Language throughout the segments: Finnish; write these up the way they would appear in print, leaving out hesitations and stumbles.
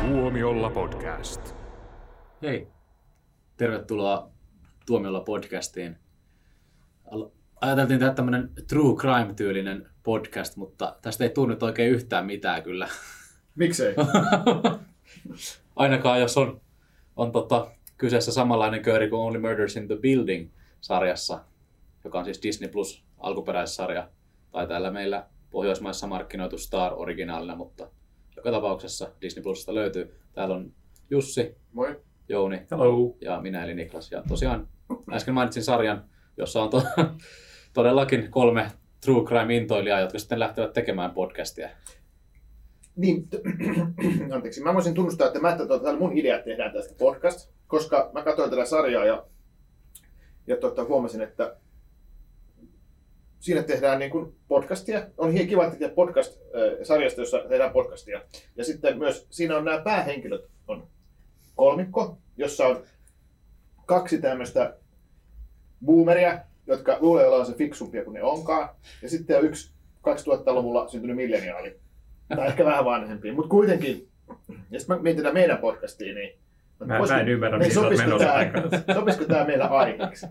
Tuomiolla podcast. Hei, tervetuloa Tuomiolla podcastiin. Ajateltiin tehdä tämmönen true crime-tyylinen podcast, mutta tästä ei tunnu oikein yhtään mitään kyllä. Miksei? Ainakaan jos on kyseessä samanlainen kööri kuin Only Murders in the Building-sarjassa, joka on siis Disney Plus alkuperäissarja, tai täällä meillä Pohjoismaissa markkinoitu Star-originaalina, mutta joka tapauksessa Disney Plusista löytyy. Täällä on Jussi, Moi. Jouni Hello. ja minä eli Niklas. Ja tosiaan äsken mainitsin sarjan, jossa on todellakin 3 true crime-intoilijaa, jotka sitten lähtevät tekemään podcastia. Niin, anteeksi. Mä voisin tunnustaa, että tämä oli mun idea, että tehdään tästä podcast, koska mä katsoin tätä sarjaa ja huomasin, että siinä tehdään niin kuin podcastia. On kiva, että tehdään podcast-sarjasta, jossa tehdään podcastia. Ja sitten myös siinä on nämä päähenkilöt. On kolmikko, jossa on 2 tämmöistä boomeria, jotka luulee olevansa fiksumpia kuin ne onkaan. Ja sitten on 1 2000-luvulla syntynyt milleniaali. Tai ehkä vähän vanhempi, mutta kuitenkin. Ja sitten mä mietin tätä meidän podcastia, niin Mä en ymmärrä, mihin sä oot menossa. Sopisiko tämä meillä aiheeksi?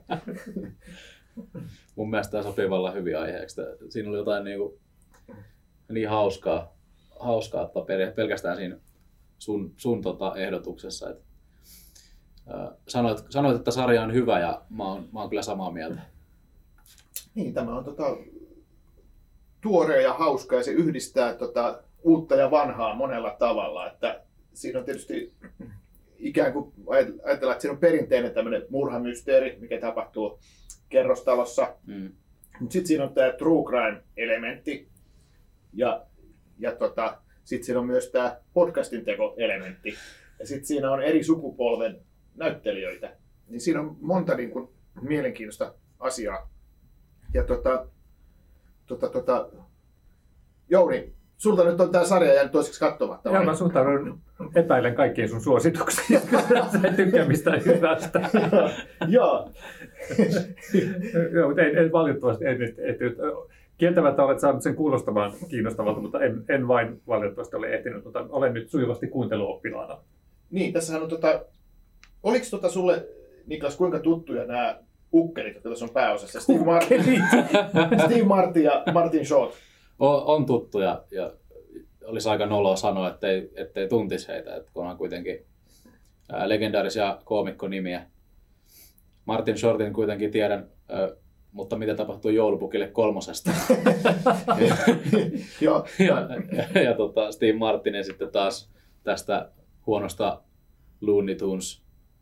Mun mielestä tämä sopii vallan hyvin aiheeksi. Siinä oli jotain niin hauskaa pelkästään siinä sun ehdotuksessa. Että, sanoit, että sarja on hyvä ja mä oon kyllä samaa mieltä. Niin, tämä on tuore ja hauska ja se yhdistää uutta ja vanhaa monella tavalla. Että siinä on tietysti ikään kuin ajatellaan, että siinä on perinteinen tämmöinen murhamysteeri, mikä tapahtuu kerrostalossa. Mutta sitten siinä on tämä true crime-elementti ja sitten siinä on myös tämä podcastin teko-elementti. Ja sitten siinä on eri sukupolven näyttelijöitä. Niin siinä on monta niin kuin mielenkiintoista asiaa. Ja Jouni, sulta nyt on tämä sarja jäänyt toiseksi katsomatta. Joo, mä suhtaudun epäilen kaikkiin sun suosituksiin. Sä et tykkää mistään hyvästä. Joo. Joo, mutta en valitettavasti. Kieltämättä olet saanut sen kuulostamaan kiinnostavalta, mutta en vain valitettavasti ole ehtinyt. Mutta olen nyt sujuvasti kuunteluoppilaana. Niin, tässähän on oliko sulle, Niklas, kuinka tuttuja nämä ukkelit, jotka tässä on pääosassa? Steve Martin ja Martin Short. On tuttuja ja olisi aika noloa sanoa, ettei tuntisi heitä, että kun on kuitenkin legendaarisia koomikkonimiä. Martin Shortin kuitenkin tiedän, mutta mitä tapahtui joulupukille 3. ja Steve Martinin sitten taas tästä huonosta Looney Tunes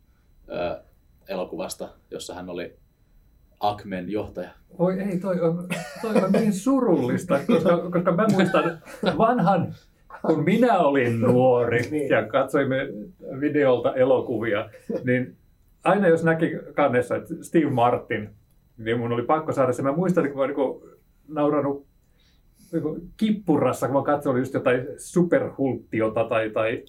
elokuvasta, jossa hän oli Acmen johtaja. Voi ei, toi on niin surullista, koska mä muistan vanhan, kun minä olin nuori ja katsoimme videolta elokuvia, niin aina jos näki kannessa, että Steve Martin, niin mun oli pakko saada se. Mä muistan, kun mä olin nauranut kippurassa, kun mä katsoin just jotain superhulttiota tai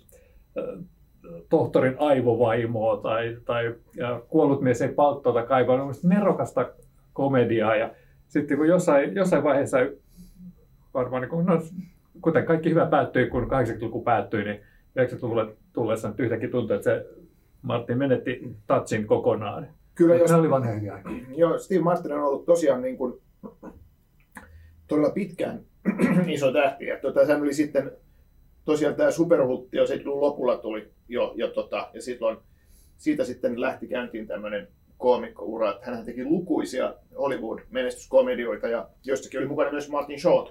tohtorin aivovaimoa tai kuollut mies ei palttoota kaivaa. On nerokasta komediaa ja sitten kun jossain vaiheessa varmaan, kuten kaikki hyvä päättyi, kun 80-luku päättyi, niin 90-luvulle tullessa nyt yhtäkkiä tuntui, että se Martin menetti touchin kokonaan. Kyllä, se oli vanha hyviä. Joo, Steve Martin on ollut tosiaan niin kuin todella pitkään iso tähti. Sehän oli sitten tosiaan tämä superhultti jo 70-luvun lopulla tuli jo ja silloin siitä sitten lähti käyntiin tämmöinen koomikkoura. Hän teki lukuisia Hollywood-menestyskomedioita ja joistakin oli mukana myös Martin Short.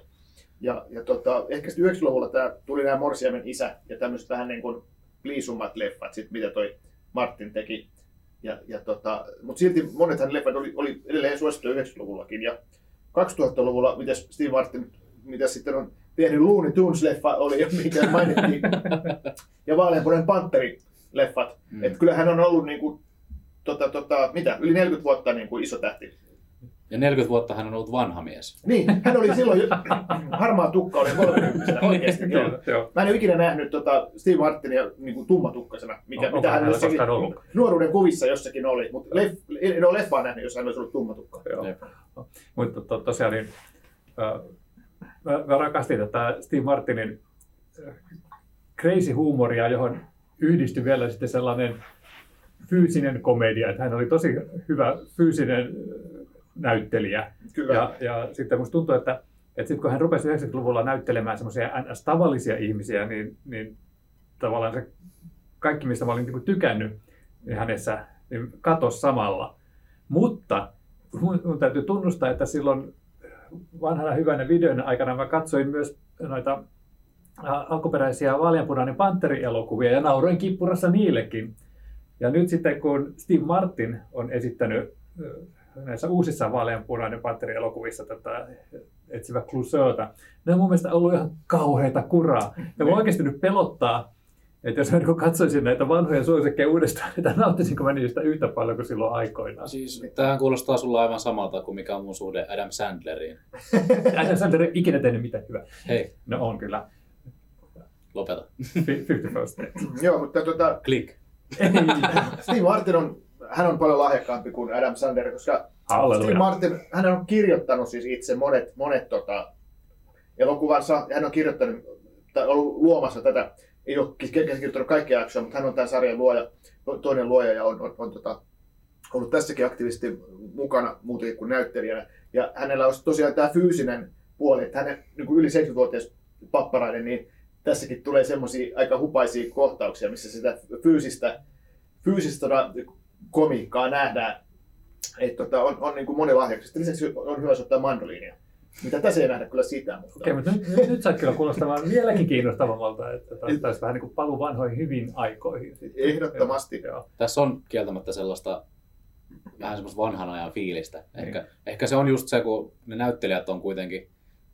Ehkä sitten 90-luvulla tuli nämä Morsiamen isä ja tämmöiset vähän niin kuin pliisummat leffat, sit, mitä toi Martin teki. Mutta silti monethan leffat oli edelleen suosittuja 90-luvullakin. Ja 2000-luvulla, mitä Steve Martin mitä sitten on tehnyt Looney Tunes-leffa, oli jo mikä mainittiin, ja Vaaleanpunainen Pantteri-leffat. Että kyllä hän on ollut niinku, yli 40 vuotta niinku iso tähti. Ja 40 vuotta hän on ollut vanha mies. Niin, hän oli silloin harmaa tukka, oli 30-vuotiaana oikeasti. Joo. Mä en ole ikinä nähnyt Steve Martinia niinku tummatukkasena, mitä hän jossakin nuoruuden kuvissa jossakin oli. Mutta en ole leffaa nähnyt, jos hän olisi ollut tummatukka. Mutta tosiaan niin, mä rakastin tätä Steve Martinin crazy-huumoria, johon yhdistyi vielä sitten sellainen fyysinen komedia, että hän oli tosi hyvä fyysinen näyttelijä. Kyllä. Ja sitten musta tuntuu, että sitten kun hän rupesi 90-luvulla näyttelemään semmoisia NS-tavallisia ihmisiä, niin tavallaan se kaikki, mistä mä olin niin tykännyt niin hänessä, niin katosi samalla. Mutta mun täytyy tunnustaa, että silloin vanhana hyvänä videon aikana mä katsoin myös noita alkuperäisiä Vaaleanpunainen Pantteri-elokuvia ja nauroin kippurassa niillekin. Ja nyt sitten kun Steve Martin on esittänyt näissä uusissa Vaaleanpunainen Pantteri-elokuvissa tätä Etsivä Clouseauta, ne on mun mielestä ollut ihan kauheita kuraa. Ja mua oikeasti nyt pelottaa, että jos mä katsoisin näitä vanhoja suosikkeja uudestaan, että nauttisinko mä niistä yhtä paljon kuin silloin aikoinaan. Siis tämähän kuulostaa sulla aivan samalta kuin mikä on mun suhde Adam Sandleriin. Adam Sandler ei ikinä tehnyt mitään hyvää. Hei. No on kyllä. Lopeta. 51st Dates. Joo, mutta Click. Steve Martin hän on paljon lahjakkaampi kuin Adam Sandler, koska Halleluja. Steve Martin, hän on kirjoittanut siis itse monet elokuvansa, ja hän on kirjoittanut, tai ollut luomassa tätä, ei ole kirjoittanut kaikkia jaksoja, mutta hän on tämän sarjan toinen luoja ja on ollut tässäkin aktiivisesti mukana muutenkin kuin näyttelijänä. Ja hänellä on tosiaan tämä fyysinen puoli, että hänen niin kuin yli 70-vuotias papparainen, niin tässäkin tulee semmoisia aika hupaisia kohtauksia, missä sitä fyysistä komiikkaa nähdään, että on niin kuin monilahjaksi. Lisäksi on hyvä soittaa mandoliinia. Mitä tässä ei nähdä kyllä sitä. Mutta... Okei, mutta nyt sä kyllä kuulostamaan vieläkin kiinnostavammalta, että taisi vähän niin kuin paluu vanhoihin hyviin aikoihin. Ehdottomasti. Joo. Tässä on kieltämättä sellaista vähän semmoista vanhan ajan fiilistä. Ehkä se on just se, kun ne näyttelijät on kuitenkin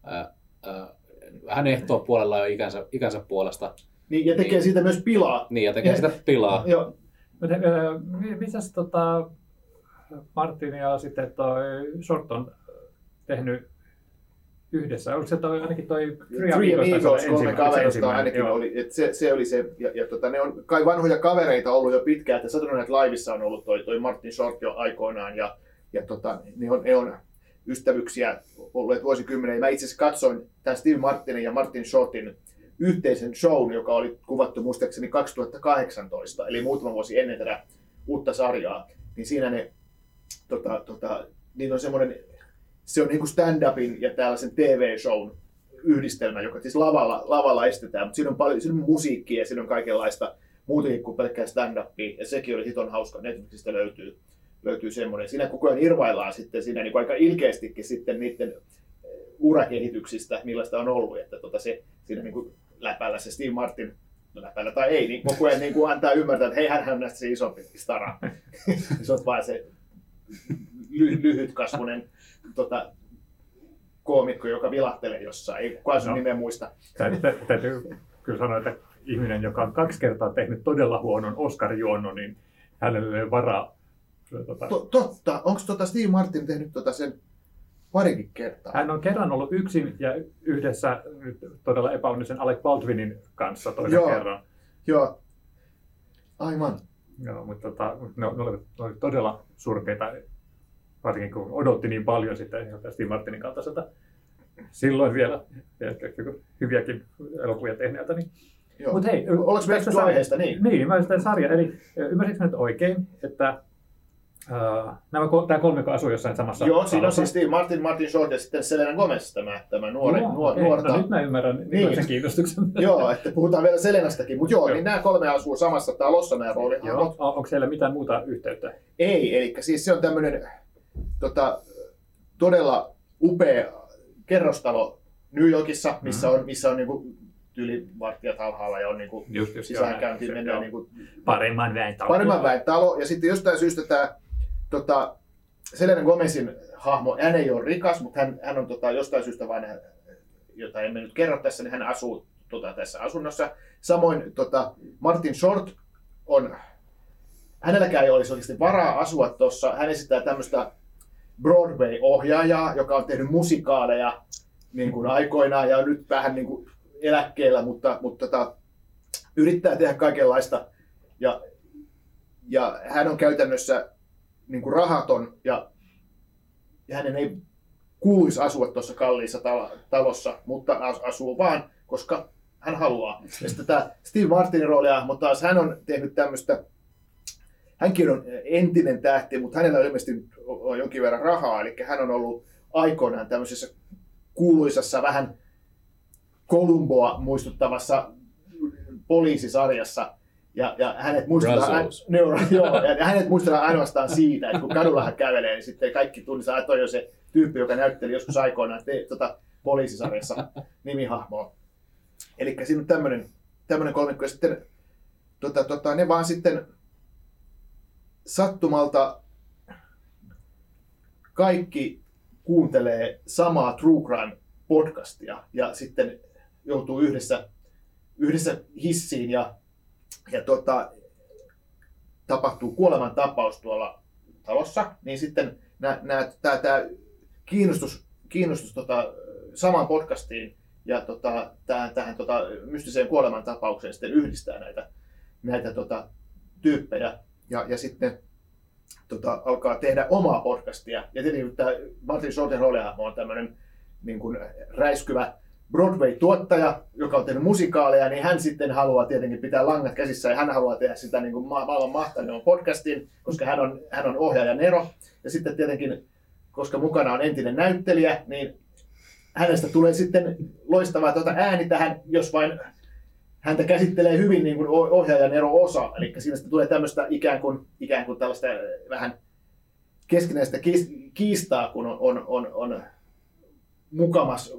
vähän ehtoopuolella jo ikänsä puolesta. Niin, ja tekee siitä myös pilaa. Niin, ja tekee sitä pilaa. Joo. Mitäs Martin ja sitten toi Short on tehnyt yhdessä? Oliko se ainakin toi Three Amigos, 3 kaverusta ainakin oli. Se oli se, ne on kai vanhoja kavereita ollut jo pitkään, että Saturday Night Livessa on ollut toi Martin Short jo aikoinaan, ja ne on ystävyksiä olleet vuosikymmeniä. Mä itse asiassa katsoin tämän Steve Martinin ja Martin Shortin yhteisen shown, joka oli kuvattu muistaakseni 2018, eli muutama vuosi ennen tätä uutta sarjaa, niin siinä ne niin on semmoinen, se on niin kuin stand-upin ja tällaisen TV-shown yhdistelmä, joka siis lavalla estetään, mutta siinä on paljon musiikkia ja siinä on kaikenlaista muutakin kuin pelkkää stand-upia, ja sekin oli hiton hauska, Netflixistä löytyy semmoinen. Siinä koko ajan irvaillaan sitten siinä niin kuin aika ilkeästikin sitten niiden urakehityksistä, millaista on ollut, että siinä niin kuin läpällä se Steve Martin, läpällä tai ei, niin koko ajan niin kuin antaa ymmärtää, että hei, hän on näistä se isompi stara. Se on vaan se lyhytkasvuinen koomikko, joka vilahtelee jossain, ei kukaan sun nimeä muista. Täytyy kyllä sanoa, että ihminen, joka on 2 kertaa tehnyt todella huonon Oscar-juonnon, niin hänelle ei varaa. Totta, onko Steve Martin tehnyt sen parikin kertaa? Hän on kerran ollut yksin ja yhdessä nyt todella epäonnisen Alec Baldwinin kanssa toisen kerran. Joo, aivan. Joo, mutta ne olivat todella surkeita, varsinkin kun odotti niin paljon sitten Steve Martinin kaltaiselta silloin vielä hyviäkin elokuvia tehneeltä. Niin. Mut hei, oliko me aiheesta? Niin, mä sitä sarja. Eli ymmärsitkö nyt oikein, että tämä kolmikko asuu jossain samassa Joo, siinä on siis Steve Martin Short ja sitten Selena Gomez, tämä nuorta. No nyt mä ymmärrän sen kiinnostuksen. Joo, että puhutaan vielä Selenastakin, mutta niin nämä 3 asuu samassa talossa nämä roolihahmot. Onko siellä mitään muuta yhteyttä? Ei, eli siis se on tämmöinen todella upea kerrostalo New Yorkissa, missä on niinku tyylivartijat alhaalla ja on niinku sisäänkäyntiin mennään niinku paremman väen talo. Ja sitten jostain syystä tämä Selena Gomezin hahmo, hän ei ole rikas, mutta hän on jostain syystä vain, jota emme nyt kerro tässä, niin hän asuu tässä asunnossa. Samoin Martin Short hänelläkään ei olisi oikeasti varaa asua tuossa. Hän esittää tämmöistä Broadway-ohjaajaa, joka on tehnyt musikaaleja niin kuin aikoinaan ja on nyt vähän niin kuin eläkkeellä, mutta yrittää tehdä kaikenlaista. Ja hän on käytännössä niin kuin rahaton ja hänen ei kuuluisi asua tuossa kalliissa talossa, mutta asuu vaan, koska hän haluaa. Ja sitten tämä Steve Martinin roolihahmo taas, hän on tehnyt tämmöistä, hänkin on entinen tähti, mutta hänellä on ilmeisesti jonkin verran rahaa, eli hän on ollut aikoinaan tämmöisessä kuuluisassa vähän Columboa muistuttavassa poliisisarjassa. Ja hänet muistetaan ainoastaan siitä, että kun kadulla hän kävelee, niin sitten kaikki tunnistaa, että toi on se tyyppi, joka näytteli joskus aikoinaan poliisisarjassa nimihahmoa. Eli siinä on tämmöinen kolmikko. Ja sitten ne vaan sitten sattumalta kaikki kuuntelee samaa True Crime podcastia ja sitten joutuu yhdessä hissiin ja tapahtuu kuolemantapaus tuolla talossa, niin sitten tämä kiinnostus samaan podcastiin ja tähän mystiseen kuolemantapaukseen sitten yhdistää näitä tyyppejä ja sitten alkaa tehdä omaa podcastia. Ja tietenkin tämä Martin Shorten roolihahmo on tämmöinen niin kuin räiskyvä Broadway-tuottaja, joka on tehnyt musikaaleja, niin hän sitten haluaa tietenkin pitää langat käsissä ja hän haluaa tehdä sitä niin kuin maailman mahtavan podcastin, koska hän on ohjaaja Nero. Ja sitten tietenkin, koska mukana on entinen näyttelijä, niin hänestä tulee sitten loistava ääni tähän, jos vain häntä käsittelee hyvin niin kuin ohjaaja Nero osa. Eli siinä sitten tulee tämmöistä ikään kuin tällaista vähän keskinäistä kiistaa, kun on mukamas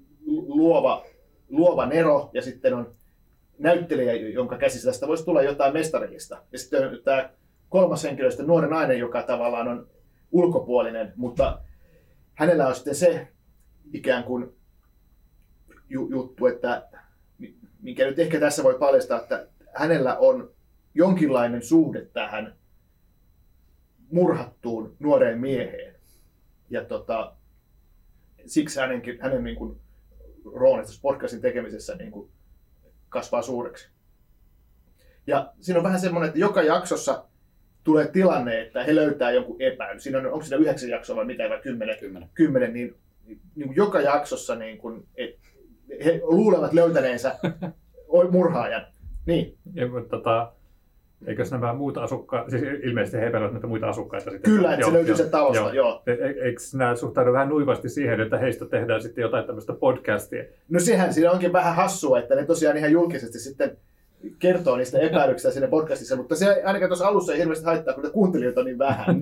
luova Nero ja sitten on näyttelijä, jonka käsissä tästä voisi tulla jotain mestarillista. Ja sitten on tämä kolmas henkilö, nuori nainen, joka tavallaan on ulkopuolinen, mutta hänellä on sitten se ikään kuin juttu, että minkä nyt ehkä tässä voi paljastaa, että hänellä on jonkinlainen suhde tähän murhattuun nuoreen mieheen. Ja siksi hänen niin kuin roolinsa podcastin tekemisessä niin kuin kasvaa suureksi. Ja siinä on vähän semmoinen, että joka jaksossa tulee tilanne, että he löytää jonkun epäilyn. Siinä onko siinä 9 jaksoa vai mitä, vai 10, niin kuin joka jaksossa niin kuin, he luulevat löytäneensä murhaajan. Niin. Ja, eikös nämä muut asukkaat, siis ilmeisesti he epäilevät näitä muita asukkaita sitten? Kyllä, että se löytyy sen talosta, joo. Eikö nämä suhtaudu vähän nuivasti siihen, että heistä tehdään sitten jotain tämmöistä podcastia? No sehän siinä onkin vähän hassua, että ne tosiaan ihan julkisesti sitten kertoo niistä epäilyksistä siinä podcastissa, mutta se ainakaan tuossa alussa ei hirveästi haittaa, kun kuuntelijoita on niin vähän.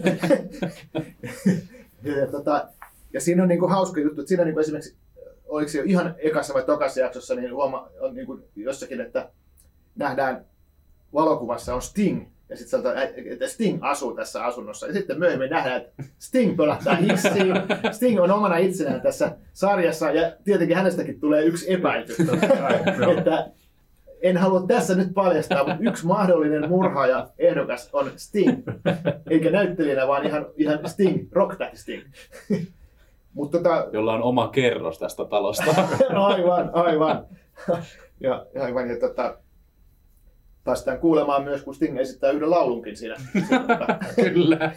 Ja siinä on niin kuin hauska juttu, että siinä niin kuin esimerkiksi, oliko se jo ihan ekassa vai tokassa jaksossa, niin on niin kuin jossakin, että nähdään valokuvassa on Sting, ja sitten sanotaan, että Sting asuu tässä asunnossa. Ja sitten myöhemmin nähdään, että Sting pölähtää hissiin. Sting on omana itsenään tässä sarjassa, ja tietenkin hänestäkin tulee yksi epäilty. Että en halua tässä nyt paljastaa, mutta yksi mahdollinen murhaaja ehdokas on Sting. Eikä näyttelijänä, vaan ihan Sting, rocktähti Sting. Jolla on oma kerros tästä talosta. Aivan. Ja päästään kuulemaan myös, kun Sting esittää yhden laulunkin siinä. Kyllä.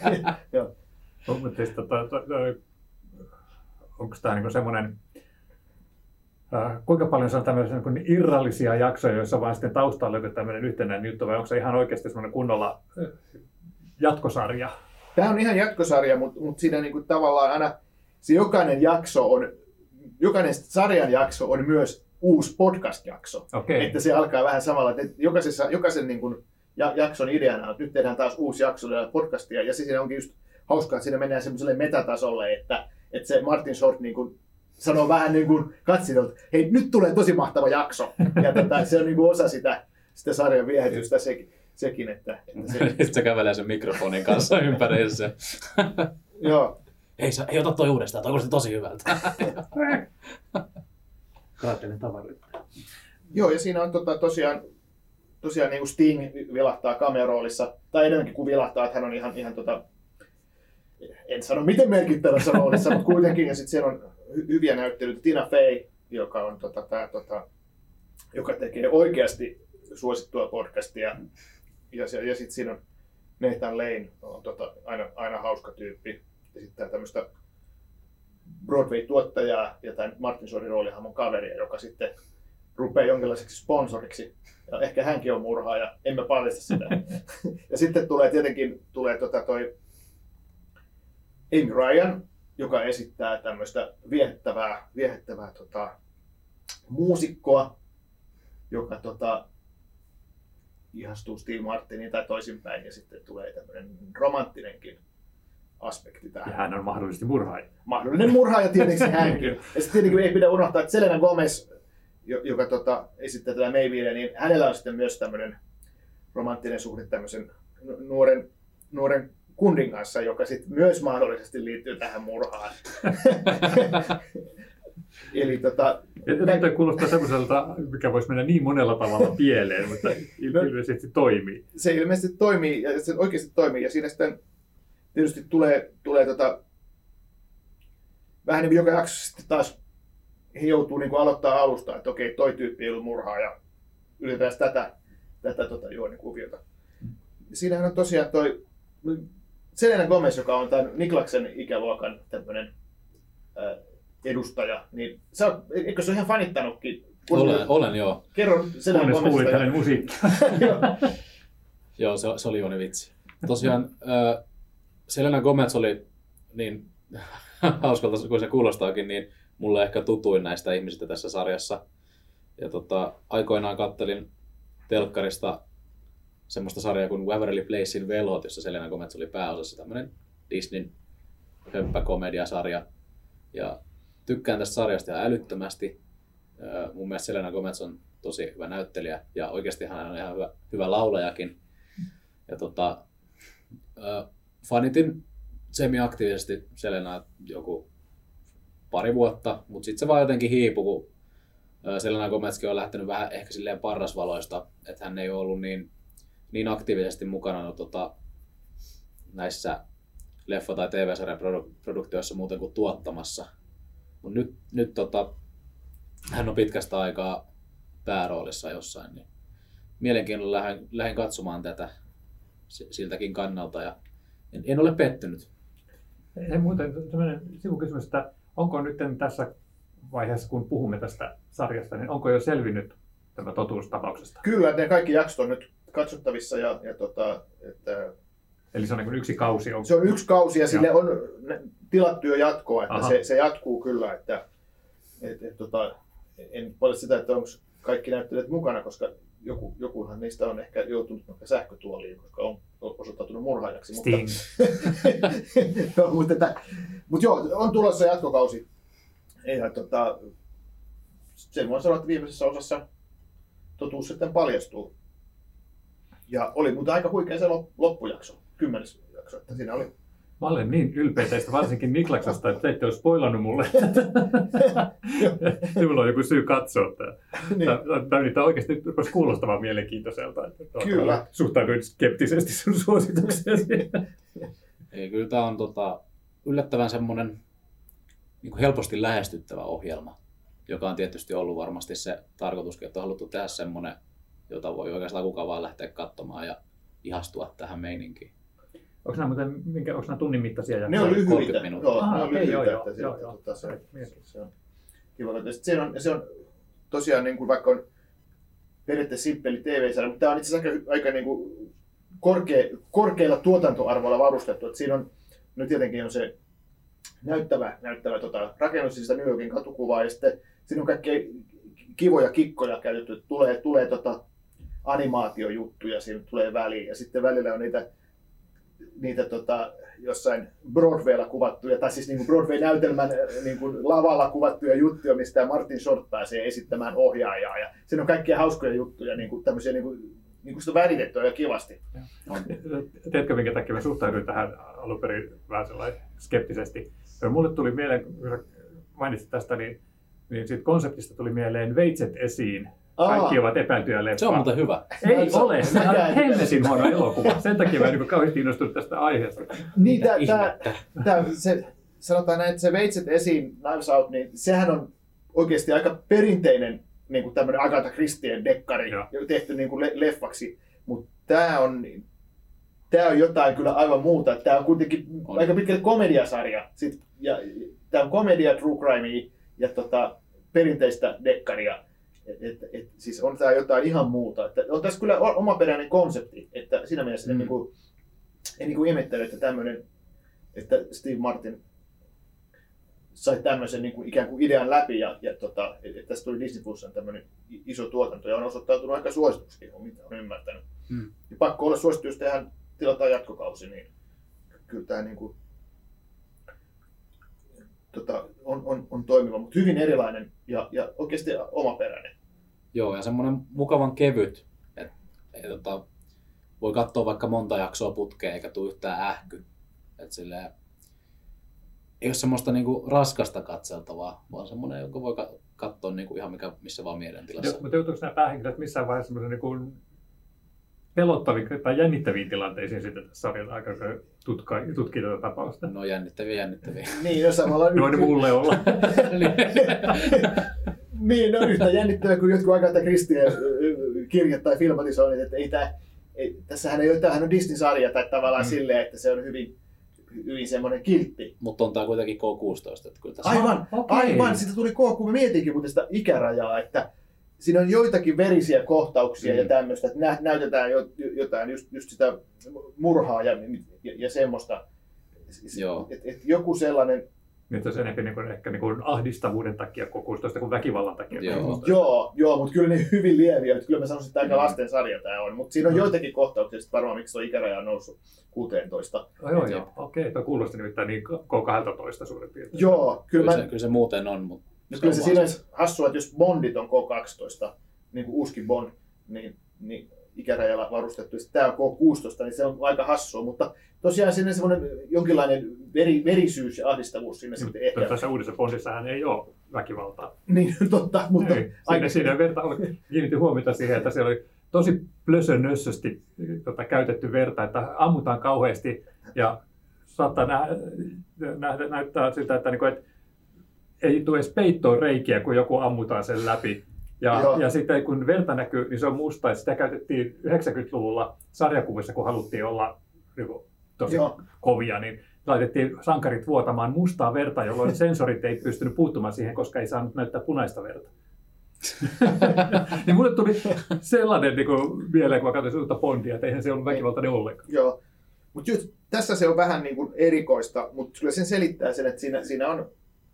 Onko tämä niinku semmoinen, kuinka paljon se on tämmöisiä niin irrallisia jaksoja, joissa vaan sitten taustalla löytyy tämmöinen yhtenäinen juttu, vai onko se ihan oikeasti semmoinen kunnolla jatkosarja? Tämä on ihan jatkosarja, mutta siinä niinku tavallaan aina se jokainen sarjan jakso on myös uusi podcast-jakso. Okay. Että se alkaa vähän samalla, että jokaisen niin kuin jakson ideana on, että nyt tehdään taas uusi jakso podcastia, ja se siinä onkin just hauskaa, että siinä mennään semmoiselle metatasolle, että se Martin Short niin kuin sanoo vähän niin kuin katsojilta, että hei, nyt tulee tosi mahtava jakso. Ja se on niin kuin osa sitä sarjan viehätystä sekin. Että Sitten se kävelee sen mikrofonin kanssa ympäriinsä. Joo. Hei, ota toi uudestaan, toi kuulosti tosi hyvältä. Kaatelen tavaroita. Joo, ja siinä on tosiaan niin kuin Sting vilahtaa cameo-roolissa, tai enemmänkin kuin vilahtaa, että hän on ihan en sano miten merkittävässä roolissa, mutta kuitenkin, ja sitten siellä on hyviä näyttelyitä. Tina Fey, joka on joka tekee oikeasti suosittua podcastia, ja sitten siinä on Nathan Lane, on aina hauska tyyppi, ja sitten tämmöistä Broadway-tuottajaa ja tämän Martin Shortin roolihahmon kaveria, joka sitten rupeaa jonkinlaiseksi sponsoriksi. Ja ehkä hänkin on murhaaja, emme paljasta sitä. Ja sitten tulee tietenkin toi Amy Ryan, joka esittää tämmöistä viehättävää muusikkoa, joka ihastuu Steve Martiniin tai toisinpäin, ja sitten tulee tämmöinen romanttinenkin aspekti tähän. Ja hän on mahdollisesti murhaaja. Mahdollinen murhaaja tietenkin hänkin. Ja sitten tietenkin ei pidä unohtaa, että Selena Gomez, joka esittää tätä Maybeelia, niin hänellä on sitten myös tämmöinen romanttinen suhde tämmöisen nuoren kundin kanssa, joka sitten myös mahdollisesti liittyy tähän murhaan. Eli Tämä kuulostaa semmoiselta, mikä voisi mennä niin monella tavalla pieleen, mutta ilmeisesti toimii. Se ilmeisesti toimii ja se oikeasti toimii, ja siinä sitten tietysti tulee vähän niin kuin joka jaksossa sitten taas he joutuu niin kuin aloittaa alusta, että okei, toi tyyppi ei ollut murhaa ja yritetään tätä juonikuviota. Siinähän on tosiaan toi Selena Gomez, joka on tämän Niklaksen ikäluokan tämmöinen edustaja, niin eikö se ole ihan fanittanutkin? Olen joo. Kerro Selena Gomezista. Kuulit hänen musiikkia. Joo, se oli juoni vitsi. Tosiaan Selena Gomez oli niin hauskalta kuin se kuulostaakin, niin mulle ehkä tutuin näistä ihmisistä tässä sarjassa. Ja aikoinaan kattelin telkkarista semmoista sarjaa kuin Waverly Placein velhot, jossa Selena Gomez oli pääosassa, tämmöinen Disneyn hömppäkomediasarja. Ja tykkään tästä sarjasta ihan älyttömästi. Mun mielestä Selena Gomez on tosi hyvä näyttelijä ja oikeasti hän on ihan hyvä laulajakin. Ja fanitin semi-aktiivisesti Selenaa joku pari vuotta, mutta sitten se vaan jotenkin hiipui, kun Selena Gomezkin on lähtenyt vähän ehkä silleen parrasvaloista, että hän ei ole ollut niin aktiivisesti mukana näissä leffa- tai TV-sarjan produktioissa muuten kuin tuottamassa. Mutta nyt hän on pitkästä aikaa pääroolissa jossain, niin mielenkiinnolla lähdin katsomaan tätä siltäkin kannalta ja en ole pettynyt. Hei, muuten sellainen sivukysymys, että onko nyt tässä vaiheessa, kun puhumme tästä sarjasta, niin onko jo selvinnyt tämä totuus tapauksesta? Kyllä, ne kaikki jaksot on nyt katsottavissa Eli se on niin kuin yksi kausi? Se on yksi kausi ja sille on tilattu jo jatkoa, että se jatkuu kyllä, että en paljon sitä, että onko kaikki näyttelijät mukana, koska jokuhan niistä on ehkä joutunut sähkötuoliin, koska on osoittautunut murhaajaksi. Sting. Mutta joo, on tulossa jatkokausi. Ja sen voin sanoa, että viimeisessä osassa totuus sitten paljastuu. Ja oli muuten aika huikea se loppujakso, 10. jakso, että siinä oli. Mä olen niin ylpeä teistä, varsinkin Niklaksesta, että te ette ole spoilannut mulle. Minulla on joku syy katsoa tämä. Tämä oikeasti rupesi kuulostamaan mielenkiintoiselta. Kyllä. Suhtauduin skeptisesti sun suosituksesi. Ei, kyllä tämä on yllättävän semmoinen niin helposti lähestyttävä ohjelma, joka on tietysti ollut varmasti se tarkoituskin, että on haluttu tehdä semmoinen, jota voi oikeastaan kukaan vaan lähteä katsomaan ja ihastua tähän meininkiin. Onko nämä tunnin mittaisia jaksoja? Ne on lyhyitä. 30 minuuttia. Joo, ne on lyhyitä. Joo. Se on kiva. Se on tosiaan, niin kuin vaikka on periaatteessa simppeli TV-sarja, mutta tämä on itse asiassa aika niin kuin korkeilla tuotantoarvoilla varustettu. Että siinä on, nyt tietenkin on se näyttävä rakennus, siis sitä New Yorkin katukuvaa, ja sitten siinä on kaikkea kivoja kikkoja käytetty. Tulee animaatiojuttuja, siinä tulee väliin, ja sitten välillä on niitä jossain Broadwaylla kuvattuja, tai siis niin kuin Broadway-näytelmän niin kuin lavalla kuvattuja juttuja, mistä Martin Short pääsee esittämään ohjaajaa. Ja siinä on kaikkia hauskoja juttuja, niin kuin tämmöisiä niin kuin sitä väritettyä ja kivasti. Tiedätkö, minkä takia mä suhtauduin tähän alun perin vähän sellainen skeptisesti? Mulle tuli mieleen, kun mainitsit tästä, niin siitä konseptista tuli mieleen Veitset esiin. Kaikki ovat epäiltyjä leffaa. Se on muuten hyvä. Ei ole, se on hemmetin huono elokuva. Sen takia mä en kauheasti innostunut tästä aiheesta. Niin, sanotaan näin, että se Veitset esiin, Knives Out, niin sehän on oikeasti aika perinteinen niin kuin tämmöinen Agatha Christien dekkari, tehty niin kuin leffaksi. Mutta tämä on jotain kyllä aivan muuta. Tämä on kuitenkin aika pitkä komediasarja. Tämä on komedia, true crime ja perinteistä dekkaria. siis on tää jotain ihan muuta. Että on tässä kyllä omaperäinen konsepti, että siinä mielessä en ihmettele, että tämmöinen, että Steve Martin sai tämmöisen niin kuin ikään kuin idean läpi ja että tästä tuli Disney Plusan tämmöinen iso tuotanto ja on osoittautunut aika suosituksikin, mitä olen ymmärtänyt. Ja pakko olla suosittu, jos tilataan jatkokausi, niin kyllä tämä niin kuin, on toimiva, mutta hyvin erilainen ja oikeasti omaperäinen. Joo, ja semmoinen mukavan kevyt, että voi katsoa vaikka monta jaksoa putkeen eikä tule yhtään ähky. Et silleen, ei ole semmoista niinku raskasta katseltavaa, vaan semmoinen, jonka voi katsoa niinku ihan missä vaan mielentilassa. Joo, mutta joutuuko nämä päähenkilöt missään vaiheessa semmoisen niinku pelottaviin tai jännittäviin tilanteisiin sitten tässä sarjan aikana, kun tutkii tätä tapausta? No jännittäviä. Niin, jos samalla Noin mulle olla. Niin, no yhtä jännittävää kuin jotkut Agatha Christien kirjat tai filmatisoinnit, että tässähän ei ole, tämähän on Disney-sarja tai tavallaan silleen, että se on hyvin semmoinen kiltti. Mutta on tää kuitenkin K16. Että kyllä tässä Aivan, siitä tuli K, mä mietinkin muuten sitä ikärajaa, että siinä on joitakin verisiä kohtauksia ja tämmöistä, että näytetään jotain just sitä murhaa ja semmoista. Et joku sellainen. Nyt se on ehkä ahdistavuuden takia K16 kuin väkivallan takia. Joo, mutta kyllä ne hyvin lieviä. Kyllä mä sanoisin, että aika lasten sarja tämä on. Mutta siinä on joitakin kohtauksia, varmaan miksi tuo ikäraja on noussut 16. Joo. Okei, tuo kuulosti nimittäin niin K12 suurin piirtein. Joo, kyllä se muuten on. Mutta kyllä se siinä olisi hassua, että jos Bondit on K12, niin kuin uuskin Bond, niin ikärajalla varustettu, ja tämä on K16, niin se on aika hassua, mutta tosiaan siinä semmoinen jonkinlainen verisyys ja ahdistavuus siinä sitten ehkä. Tässä uudessa Bondissahan ei ole väkivaltaa. Niin, totta, mutta Siinä kiinnitin huomiota siihen, että siellä oli tosi plösönössösti käytetty verta, että ammutaan kauheasti ja saattaa näyttää siltä, että ei tule edes peittoon reikiä, kun joku ammutaan sen läpi. Ja sitten kun verta näkyy, niin se on musta. Ja sitä käytettiin 90-luvulla sarjakuvissa, kun haluttiin olla tosi kovia, niin laitettiin sankarit vuotamaan mustaa verta, jolloin sensorit ei pystynyt puuttumaan siihen, koska ei saanut näyttää punaista verta. Niin mulle tuli sellainen mieleen, kun mä katsoin uutta Bondia, että eihän se ollut väkivaltainen ollenkaan. Joo, mutta tässä se on vähän niin kuin erikoista, mutta kyllä sen selittää sen, että siinä on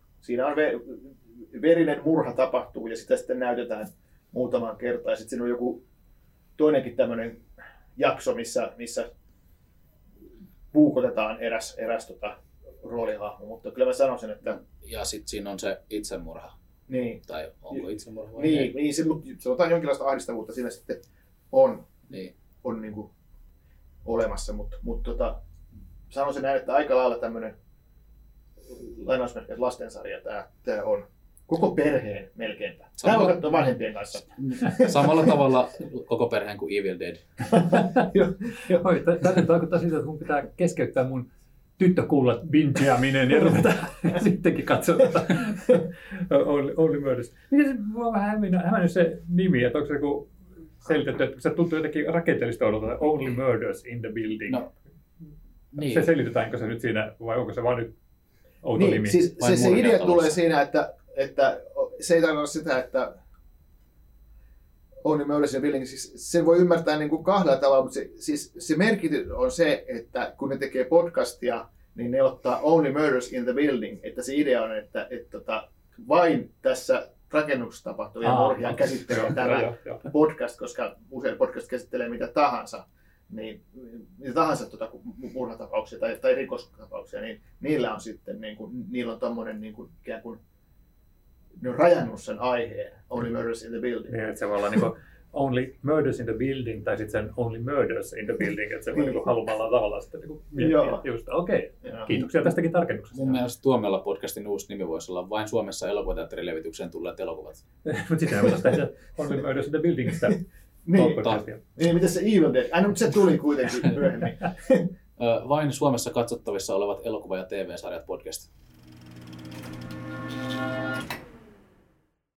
verinen murha tapahtuu ja sitä sitten näytetään muutamaan kertaan. Sitten siinä on joku toinenkin tämmöinen jakso, missä puukotetaan eräs roolihahmo, mutta kyllä mä sanoisin, että... Ja sitten siinä on se itsemurha. Niin. Tai onko itsemurha vai ei? Niin, se on jonkinlaista ahdistavuutta siinä sitten on niin kuin olemassa, mutta sanoisin näin, että aika lailla tämmöinen lainausmerkki lastensarja tämä on. Koko perheen melkeinpä. Tämä voi katsoa vanhempien kanssa. Samalla tavalla koko perheen kuin Evil Dead. Tämä tarkoittaa sitä, että mun pitää keskeyttää mun tyttökuulat bingeaminen ja ruveta sittenkin katsoa Only Murders. Miten se on vähän hämännyt se nimi, että onko se joku selitetty, että se tuntuu jotenkin rakenteellista odolta, Only Murders in the Building. No, niin. Se selitetäänkö se nyt siinä vai onko se vaan nyt outo nimi? Siis se idea tulee siinä, että se ei tarkoita sitä, että Only Murders in the Building, siis sen voi ymmärtää niin kuin kahdella tavalla, mutta se merkitys on se, että kun ne tekee podcastia, niin ne ottaa Only Murders in the Building, että se idea on, että vain tässä rakennuksessa tapahtuvia murhia käsittelee tämä podcast, koska usein podcast käsittelee mitä tahansa, murhatapauksia tai rikostapauksia, niin niillä on sitten niillä on tommoinen ikään kuin ne on rajannut sen aiheen Only Murders in the Building. Niin, että se voi olla niin Only Murders in the Building tai sitten sen Only Murders in the Building, että se voi niin halumalla tavalla sitten miettiä just. Okei. Kiitoksia tästäkin tarkennuksesta. Mun mielestä Tuomella podcastin uusi nimi voisi olla vain Suomessa elokuvateatterilevitykseen tulleet elokuvat. Mutta sitten ei voitaisiin tehdä Only Murders in the Buildingista. Niin, miten se Evil Dead? Mutta se tuli kuitenkin myöhemmin. Vain Suomessa katsottavissa olevat elokuva- ja TV-sarjat podcast.